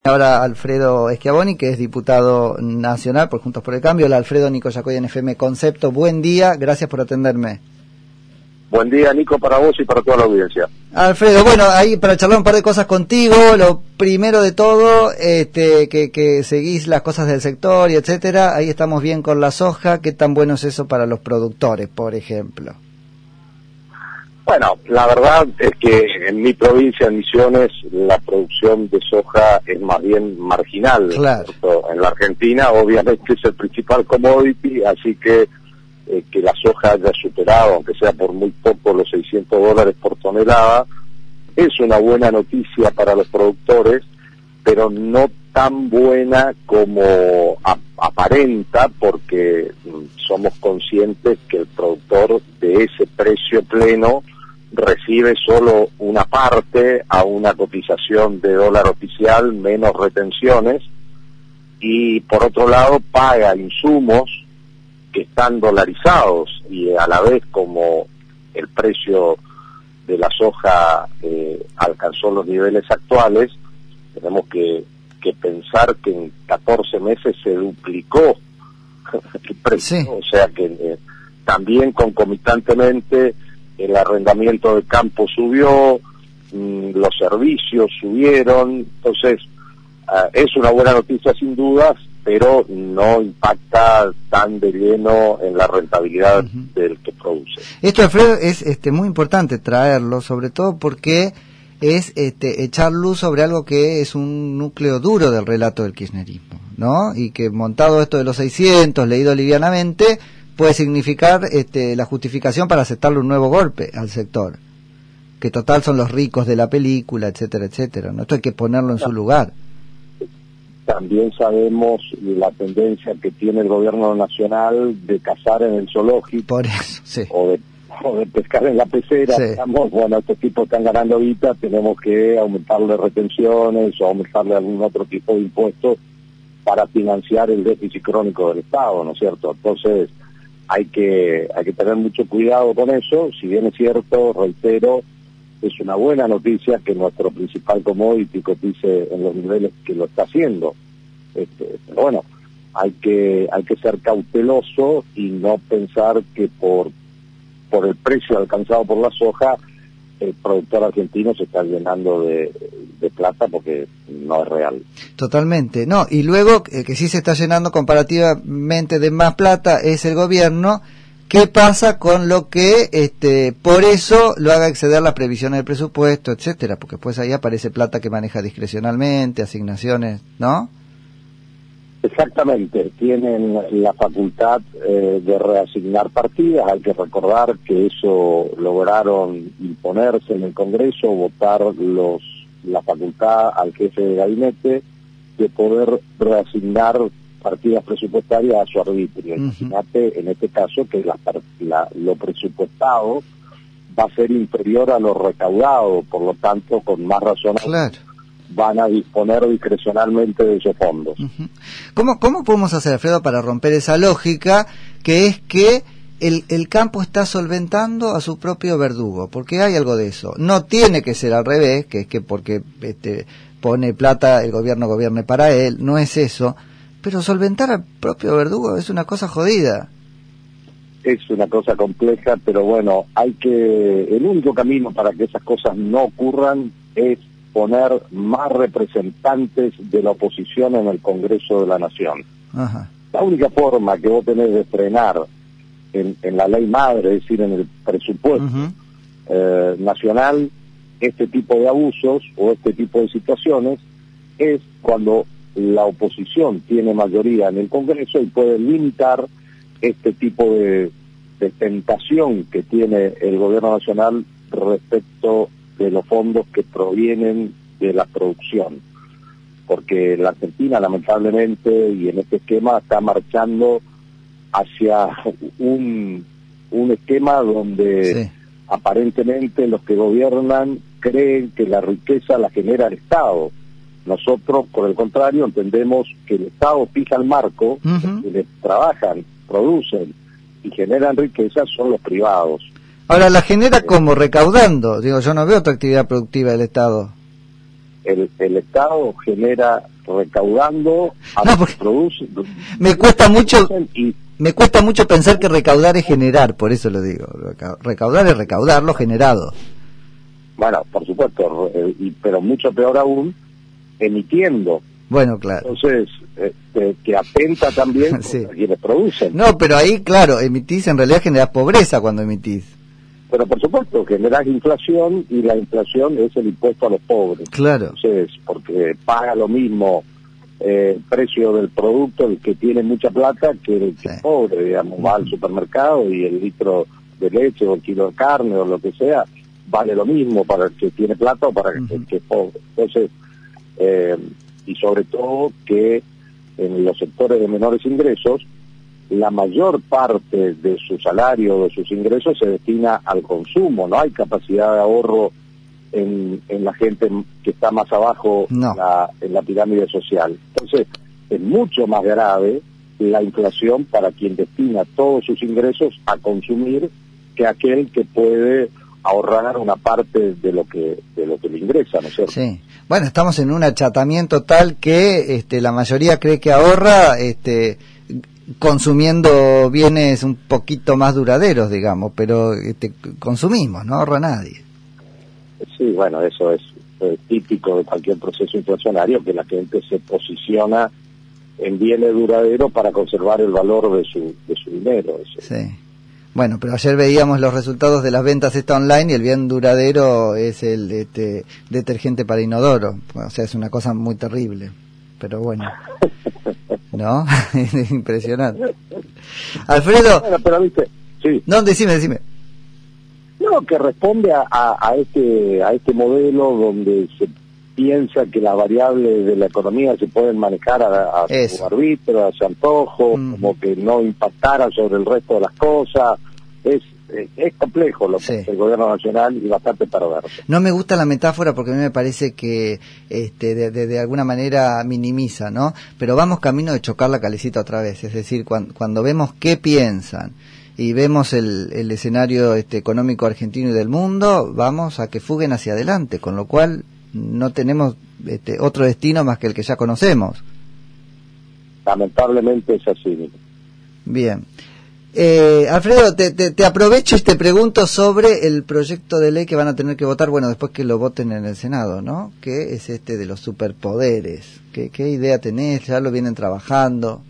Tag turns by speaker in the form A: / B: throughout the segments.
A: Ahora Alfredo Schiavoni, que es diputado nacional por Juntos por el Cambio. Hola Alfredo, Nico Yacoy en FM Concepto. Buen día, gracias por atenderme.
B: Buen día, Nico, para vos y para toda la audiencia.
A: Alfredo, bueno, ahí para charlar un par de cosas contigo. Lo primero de todo, que seguís las cosas del sector y etcétera. Ahí estamos bien con la soja. ¿Qué tan bueno es eso para los productores, por ejemplo?
B: Bueno, la verdad es que en mi provincia, en Misiones, la producción de soja es más bien marginal.
A: Claro.
B: En la Argentina, obviamente, es el principal commodity, así que la soja haya superado, aunque sea por muy poco, los $600 por tonelada, es una buena noticia para los productores, pero no tan buena como aparenta, porque somos conscientes que el productor de ese precio pleno recibe solo una parte a una cotización de dólar oficial menos retenciones, y por otro lado paga insumos que están dolarizados, y a la vez, como el precio de la soja alcanzó los niveles actuales, tenemos que pensar que en 14 meses se duplicó el precio. Sí. O sea que también concomitantemente el arrendamiento de campo subió, los servicios subieron. Entonces es una buena noticia sin dudas, pero no impacta tan de lleno en la rentabilidad del que produce.
A: Esto, Alfredo, es muy importante traerlo, sobre todo porque es echar luz sobre algo que es un núcleo duro del relato del kirchnerismo, ¿no? Y que montado esto de los 600, leído livianamente, puede significar la justificación para aceptarle un nuevo golpe al sector, que total son los ricos de la película, etcétera, etcétera, ¿no? Esto hay que ponerlo en su lugar.
B: También sabemos la tendencia que tiene el gobierno nacional de cazar en el zoológico.
A: Por eso, sí.
B: o de pescar en la pecera. Sí. Digamos, bueno, estos tipos están ganando guita, tenemos que aumentarle retenciones o aumentarle algún otro tipo de impuestos para financiar el déficit crónico del Estado, ¿no es cierto? Entonces hay que tener mucho cuidado con eso. Si bien es cierto, reitero, es una buena noticia que nuestro principal commodity cotice en los niveles que lo está haciendo. Pero bueno, hay que ser cauteloso y no pensar que por el precio alcanzado por la soja el productor argentino se está llenando de plata, porque no es real.
A: Totalmente, no, y luego que sí se está llenando comparativamente de más plata es el gobierno. ¿Qué pasa con lo que por eso lo haga exceder las previsiones del presupuesto, etcétera? Porque pues ahí aparece plata que maneja discrecionalmente, asignaciones, ¿no?
B: Exactamente, tienen la facultad de reasignar partidas. Hay que recordar que eso lograron imponerse en el Congreso, votar la facultad al jefe de gabinete de poder reasignar partidas presupuestarias a su arbitrio. Imagínate, en este caso, que lo presupuestado va a ser inferior a lo recaudado, por lo tanto, con más razón, claro, van a disponer discrecionalmente de esos fondos.
A: ¿Cómo podemos hacer, Alfredo, para romper esa lógica, que es que el campo está solventando a su propio verdugo? Porque hay algo de eso. No tiene que ser al revés, que es que porque pone plata el gobierno gobierne para él, no es eso. Pero solventar al propio verdugo es una cosa jodida.
B: Es una cosa compleja, pero bueno, el único camino para que esas cosas no ocurran es poner más representantes de la oposición en el Congreso de la Nación. Ajá. La única forma que vos tenés de frenar en la ley madre, es decir, en el presupuesto nacional, este tipo de abusos o este tipo de situaciones, es cuando la oposición tiene mayoría en el Congreso y puede limitar este tipo de tentación que tiene el gobierno nacional respecto de los fondos que provienen de la producción. Porque la Argentina, lamentablemente, y en este esquema, está marchando hacia un esquema donde sí, aparentemente los que gobiernan creen que la riqueza la genera el Estado. Nosotros, por el contrario, entendemos que el Estado fija el marco, quienes trabajan, producen y generan riqueza son los privados.
A: Ahora, ¿la genera como recaudando? Digo, yo no veo otra actividad productiva del Estado.
B: El Estado genera recaudando a
A: no,
B: lo que producen.
A: Me cuesta mucho pensar que recaudar es generar, por eso lo digo. Recaudar es recaudar lo generado.
B: Bueno, por supuesto, pero mucho peor aún, emitiendo.
A: Bueno, claro.
B: Entonces, que atenta también
A: sí.
B: contra quienes producen.
A: No, pero ahí, claro, emitís, en realidad generás pobreza cuando emitís.
B: Pero por supuesto, generás inflación, y la inflación es el impuesto a los pobres.
A: Claro.
B: Entonces, porque paga lo mismo precio del producto el que tiene mucha plata que el que es pobre, digamos, va al supermercado y el litro de leche o el kilo de carne o lo que sea, vale lo mismo para el que tiene plata o para el que es pobre. Entonces, y sobre todo que en los sectores de menores ingresos, la mayor parte de su salario o de sus ingresos se destina al consumo, no hay capacidad de ahorro en la gente que está más abajo en la pirámide social. Entonces, es mucho más grave la inflación para quien destina todos sus ingresos a consumir que aquel que puede ahorrar una parte de lo que le ingresa, ¿no es cierto?
A: Sí. Bueno, estamos en un achatamiento tal que la mayoría cree que ahorra consumiendo bienes un poquito más duraderos, digamos, pero consumimos, no ahorra nadie.
B: Sí, bueno, eso es típico de cualquier proceso inflacionario, que la gente se posiciona en bienes duraderos para conservar el valor de su dinero. Eso.
A: Sí. Bueno, pero ayer veíamos los resultados de las ventas online y el bien duradero es el detergente para inodoro. O sea, es una cosa muy terrible. Pero bueno, ¿no? Es impresionante. Alfredo.
B: Bueno, pero viste, sí.
A: No, decime.
B: No, que responde a este modelo donde se piensa que las variables de la economía se pueden manejar a su arbitrio, a su antojo, como que no impactara sobre el resto de las cosas. Es complejo lo que hace el gobierno nacional y bastante perverso.
A: No me gusta la metáfora porque a mí me parece que de alguna manera minimiza, ¿no? Pero vamos camino de chocar la calecita otra vez. Es decir, cuando vemos qué piensan y vemos el escenario económico argentino y del mundo, vamos a que fuguen hacia adelante, con lo cual no tenemos otro destino más que el que ya conocemos.
B: Lamentablemente es así.
A: Bien. Alfredo, te aprovecho y te pregunto sobre el proyecto de ley que van a tener que votar, bueno, después que lo voten en el Senado, ¿no? Que es de los superpoderes. ¿Qué idea tenés? ¿Ya lo vienen trabajando?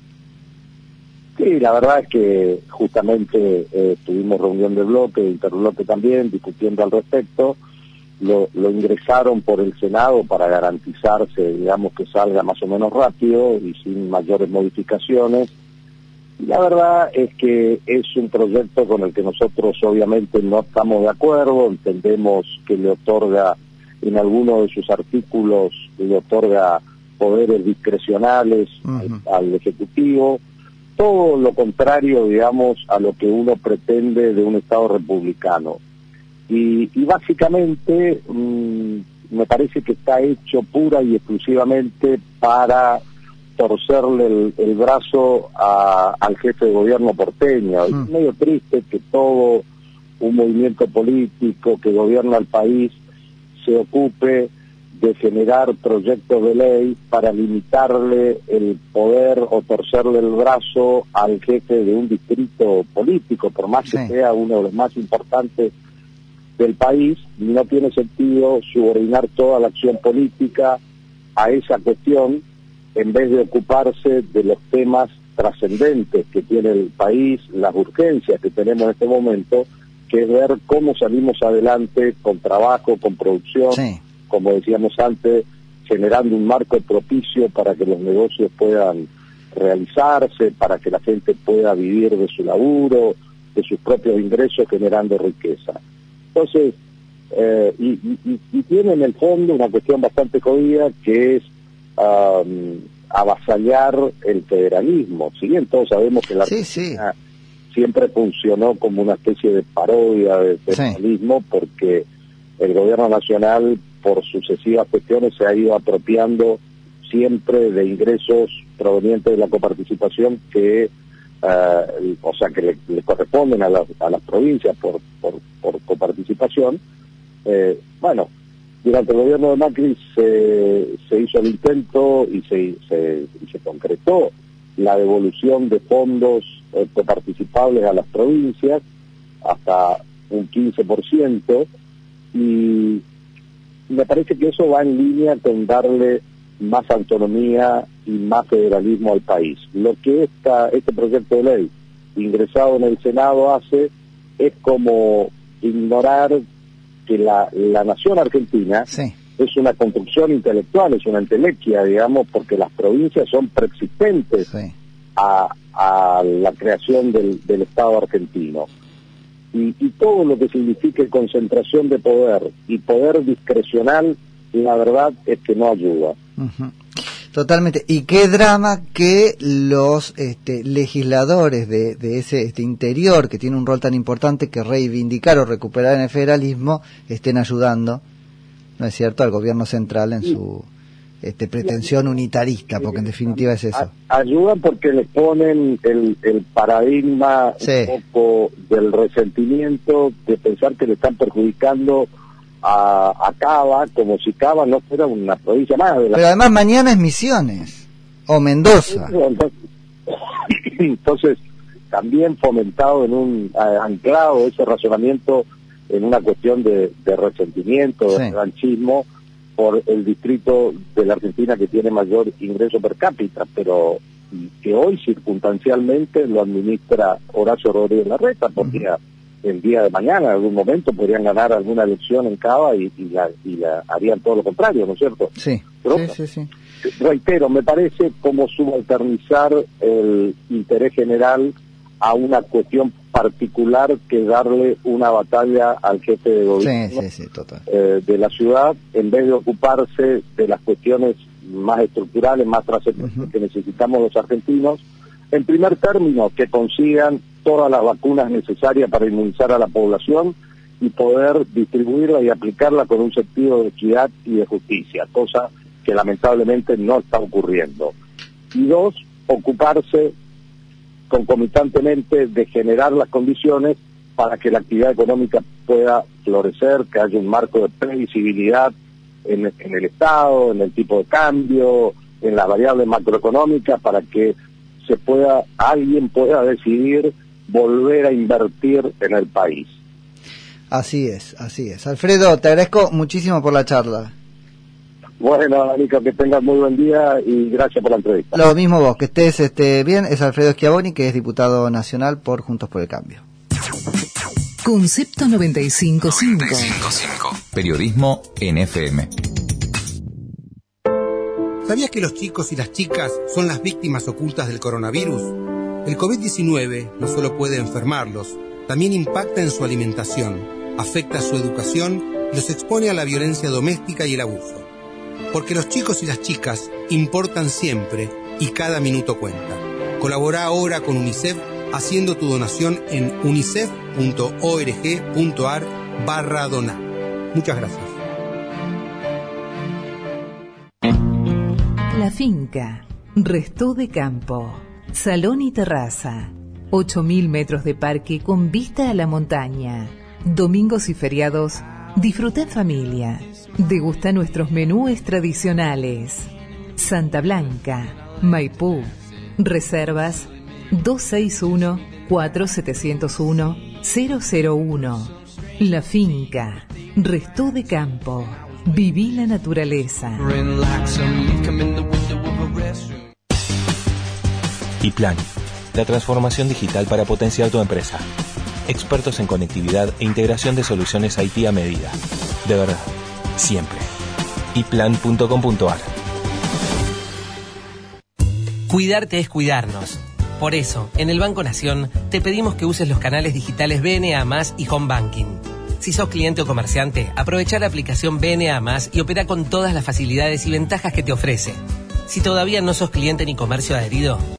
B: Sí, la verdad es que justamente tuvimos reunión de bloque, de interbloque también, discutiendo al respecto. Lo ingresaron por el Senado para garantizarse, digamos, que salga más o menos rápido y sin mayores modificaciones. Y la verdad es que es un proyecto con el que nosotros obviamente no estamos de acuerdo, entendemos que le otorga, en alguno de sus artículos, le otorga poderes discrecionales al Ejecutivo, todo lo contrario, digamos, a lo que uno pretende de un Estado republicano. Y básicamente me parece que está hecho pura y exclusivamente para torcerle el brazo al jefe de gobierno porteño. Es medio triste que todo un movimiento político que gobierna el país se ocupe de generar proyectos de ley para limitarle el poder o torcerle el brazo al jefe de un distrito político, por más que sea uno de los más importantes del país. No tiene sentido subordinar toda la acción política a esa cuestión en vez de ocuparse de los temas trascendentes que tiene el país, las urgencias que tenemos en este momento, que es ver cómo salimos adelante con trabajo, con producción, como decíamos antes, generando un marco propicio para que los negocios puedan realizarse, para que la gente pueda vivir de su laburo, de sus propios ingresos, generando riqueza. Entonces, y tiene en el fondo una cuestión bastante jodida, que es avasallar el federalismo. Si bien todos sabemos que la Argentina siempre funcionó como una especie de parodia del federalismo, porque el gobierno nacional, por sucesivas cuestiones, se ha ido apropiando siempre de ingresos provenientes de la coparticipación que que le corresponden a las provincias por coparticipación. durante el gobierno de Macri se hizo el intento y se concretó la devolución de fondos coparticipables a las provincias hasta un 15%, y me parece que eso va en línea con darle más autonomía y más federalismo al país. Lo que este proyecto de ley ingresado en el Senado hace es como ignorar que la nación argentina
A: Sí.
B: es una construcción intelectual, es una entelequia, digamos, porque las provincias son preexistentes
A: Sí.
B: a la creación del Estado argentino. Y todo lo que signifique concentración de poder y poder discrecional, la verdad es que no ayuda.
A: Uh-huh. Totalmente. Y qué drama que los legisladores de ese interior, que tiene un rol tan importante que reivindicar o recuperar en el federalismo, estén ayudando, ¿no es cierto?, al gobierno central en su pretensión unitarista, porque en definitiva es eso.
B: Ayudan porque les ponen el paradigma
A: Sí.
B: un poco del resentimiento, de pensar que le están perjudicando a Cava, como si Cava no fuera una provincia más de la...
A: Pero además mañana es Misiones o Mendoza.
B: Entonces, también fomentado anclado ese razonamiento en una cuestión de resentimiento, de
A: Sí.
B: revanchismo por el distrito de la Argentina que tiene mayor ingreso per cápita, pero que hoy circunstancialmente lo administra Horacio Rodríguez Larreta, porque el día de mañana, en algún momento, podrían ganar alguna elección en Cava y harían todo lo contrario, ¿no es cierto?
A: Sí,
B: Pero,
A: sí.
B: reitero, me parece como subalternizar el interés general a una cuestión particular que darle una batalla al jefe de gobierno
A: Sí, total.
B: de la ciudad, en vez de ocuparse de las cuestiones más estructurales, más trascendentales que necesitamos los argentinos. En primer término, que consigan todas las vacunas necesarias para inmunizar a la población y poder distribuirla y aplicarla con un sentido de equidad y de justicia, cosa que lamentablemente no está ocurriendo. Y dos, ocuparse concomitantemente de generar las condiciones para que la actividad económica pueda florecer, que haya un marco de previsibilidad en el Estado, en el tipo de cambio, en las variables macroeconómicas, para que alguien pueda decidir volver a invertir en el país.
A: Así es. Alfredo, te agradezco muchísimo por la charla.
B: Bueno, Anica, que tengas muy buen día y gracias por la entrevista.
A: Lo mismo vos, que estés bien. Es Alfredo Schiavoni, que es diputado nacional por Juntos por el Cambio.
C: Concepto 95.5.
D: Periodismo en FM.
E: ¿Sabías que los chicos y las chicas son las víctimas ocultas del coronavirus? El COVID-19 no solo puede enfermarlos, también impacta en su alimentación, afecta su educación y los expone a la violencia doméstica y el abuso. Porque los chicos y las chicas importan siempre y cada minuto cuenta. Colabora ahora con UNICEF haciendo tu donación en unicef.org.ar/donar. Muchas gracias.
C: La Finca, Resto de Campo, salón y terraza, 8.000 metros de parque con vista a la montaña. Domingos y feriados, disfruta en familia. Degusta nuestros menús tradicionales. Santa Blanca, Maipú. Reservas 261-4701-001. La Finca, Resto de Campo. Viví la naturaleza.
F: iPlan, la transformación digital para potenciar tu empresa. Expertos en conectividad e integración de soluciones IT a medida. De verdad, siempre. iPlan.com.ar.
G: Cuidarte es cuidarnos. Por eso, en el Banco Nación, te pedimos que uses los canales digitales BNA+, y Home Banking. Si sos cliente o comerciante, aprovecha la aplicación BNA+, y opera con todas las facilidades y ventajas que te ofrece. Si todavía no sos cliente ni comercio adherido,